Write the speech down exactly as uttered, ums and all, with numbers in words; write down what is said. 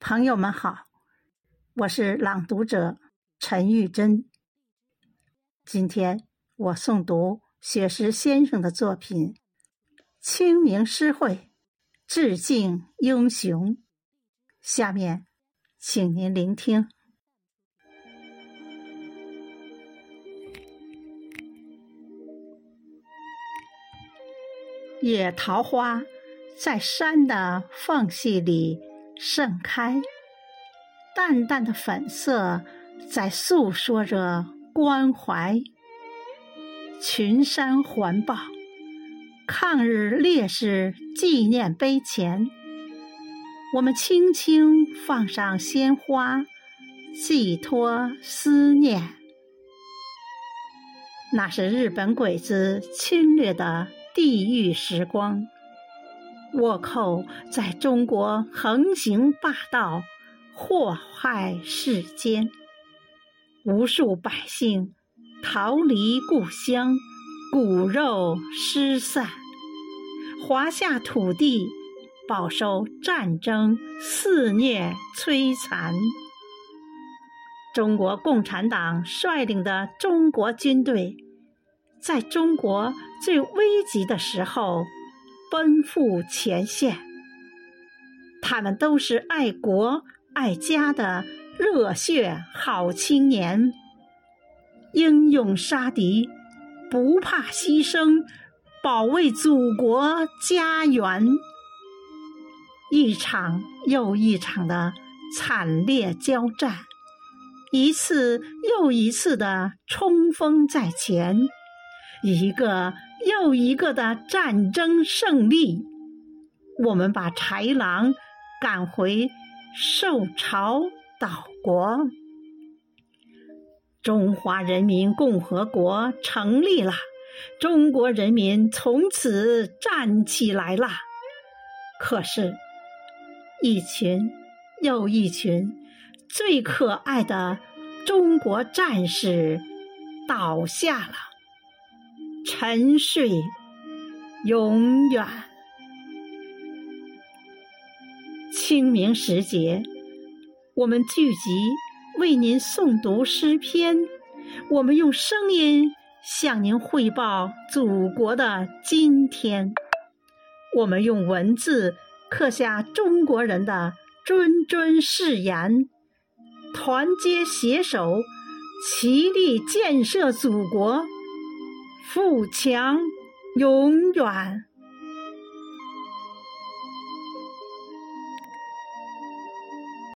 朋友们好，我是朗读者陈玉珍。今天我诵读雪石先生的作品《清明诗会致敬英雄》，下面请您聆听。野桃花在山的缝隙里盛开，淡淡的粉色在诉说着关怀。群山环抱，抗日烈士纪念碑前，我们轻轻放上鲜花，寄托思念。那是日本鬼子侵略的地狱时光，倭寇在中国横行霸道，祸害世间，无数百姓逃离故乡，骨肉失散，华夏土地饱受战争肆虐摧残。中国共产党率领的中国军队，在中国最危急的时候奔赴前线，他们都是爱国爱家的热血好青年，英勇杀敌，不怕牺牲，保卫祖国家园。一场又一场的惨烈交战，一次又一次的冲锋在前，一个又一个的战争胜利，我们把豺狼赶回受朝岛国。中华人民共和国成立了，中国人民从此站起来了。可是一群又一群最可爱的中国战士倒下了，沉睡永远。清明时节，我们聚集为您诵读诗篇，我们用声音向您汇报祖国的今天，我们用文字刻下中国人的谆谆誓言，团结携手，齐力建设祖国，富强永远。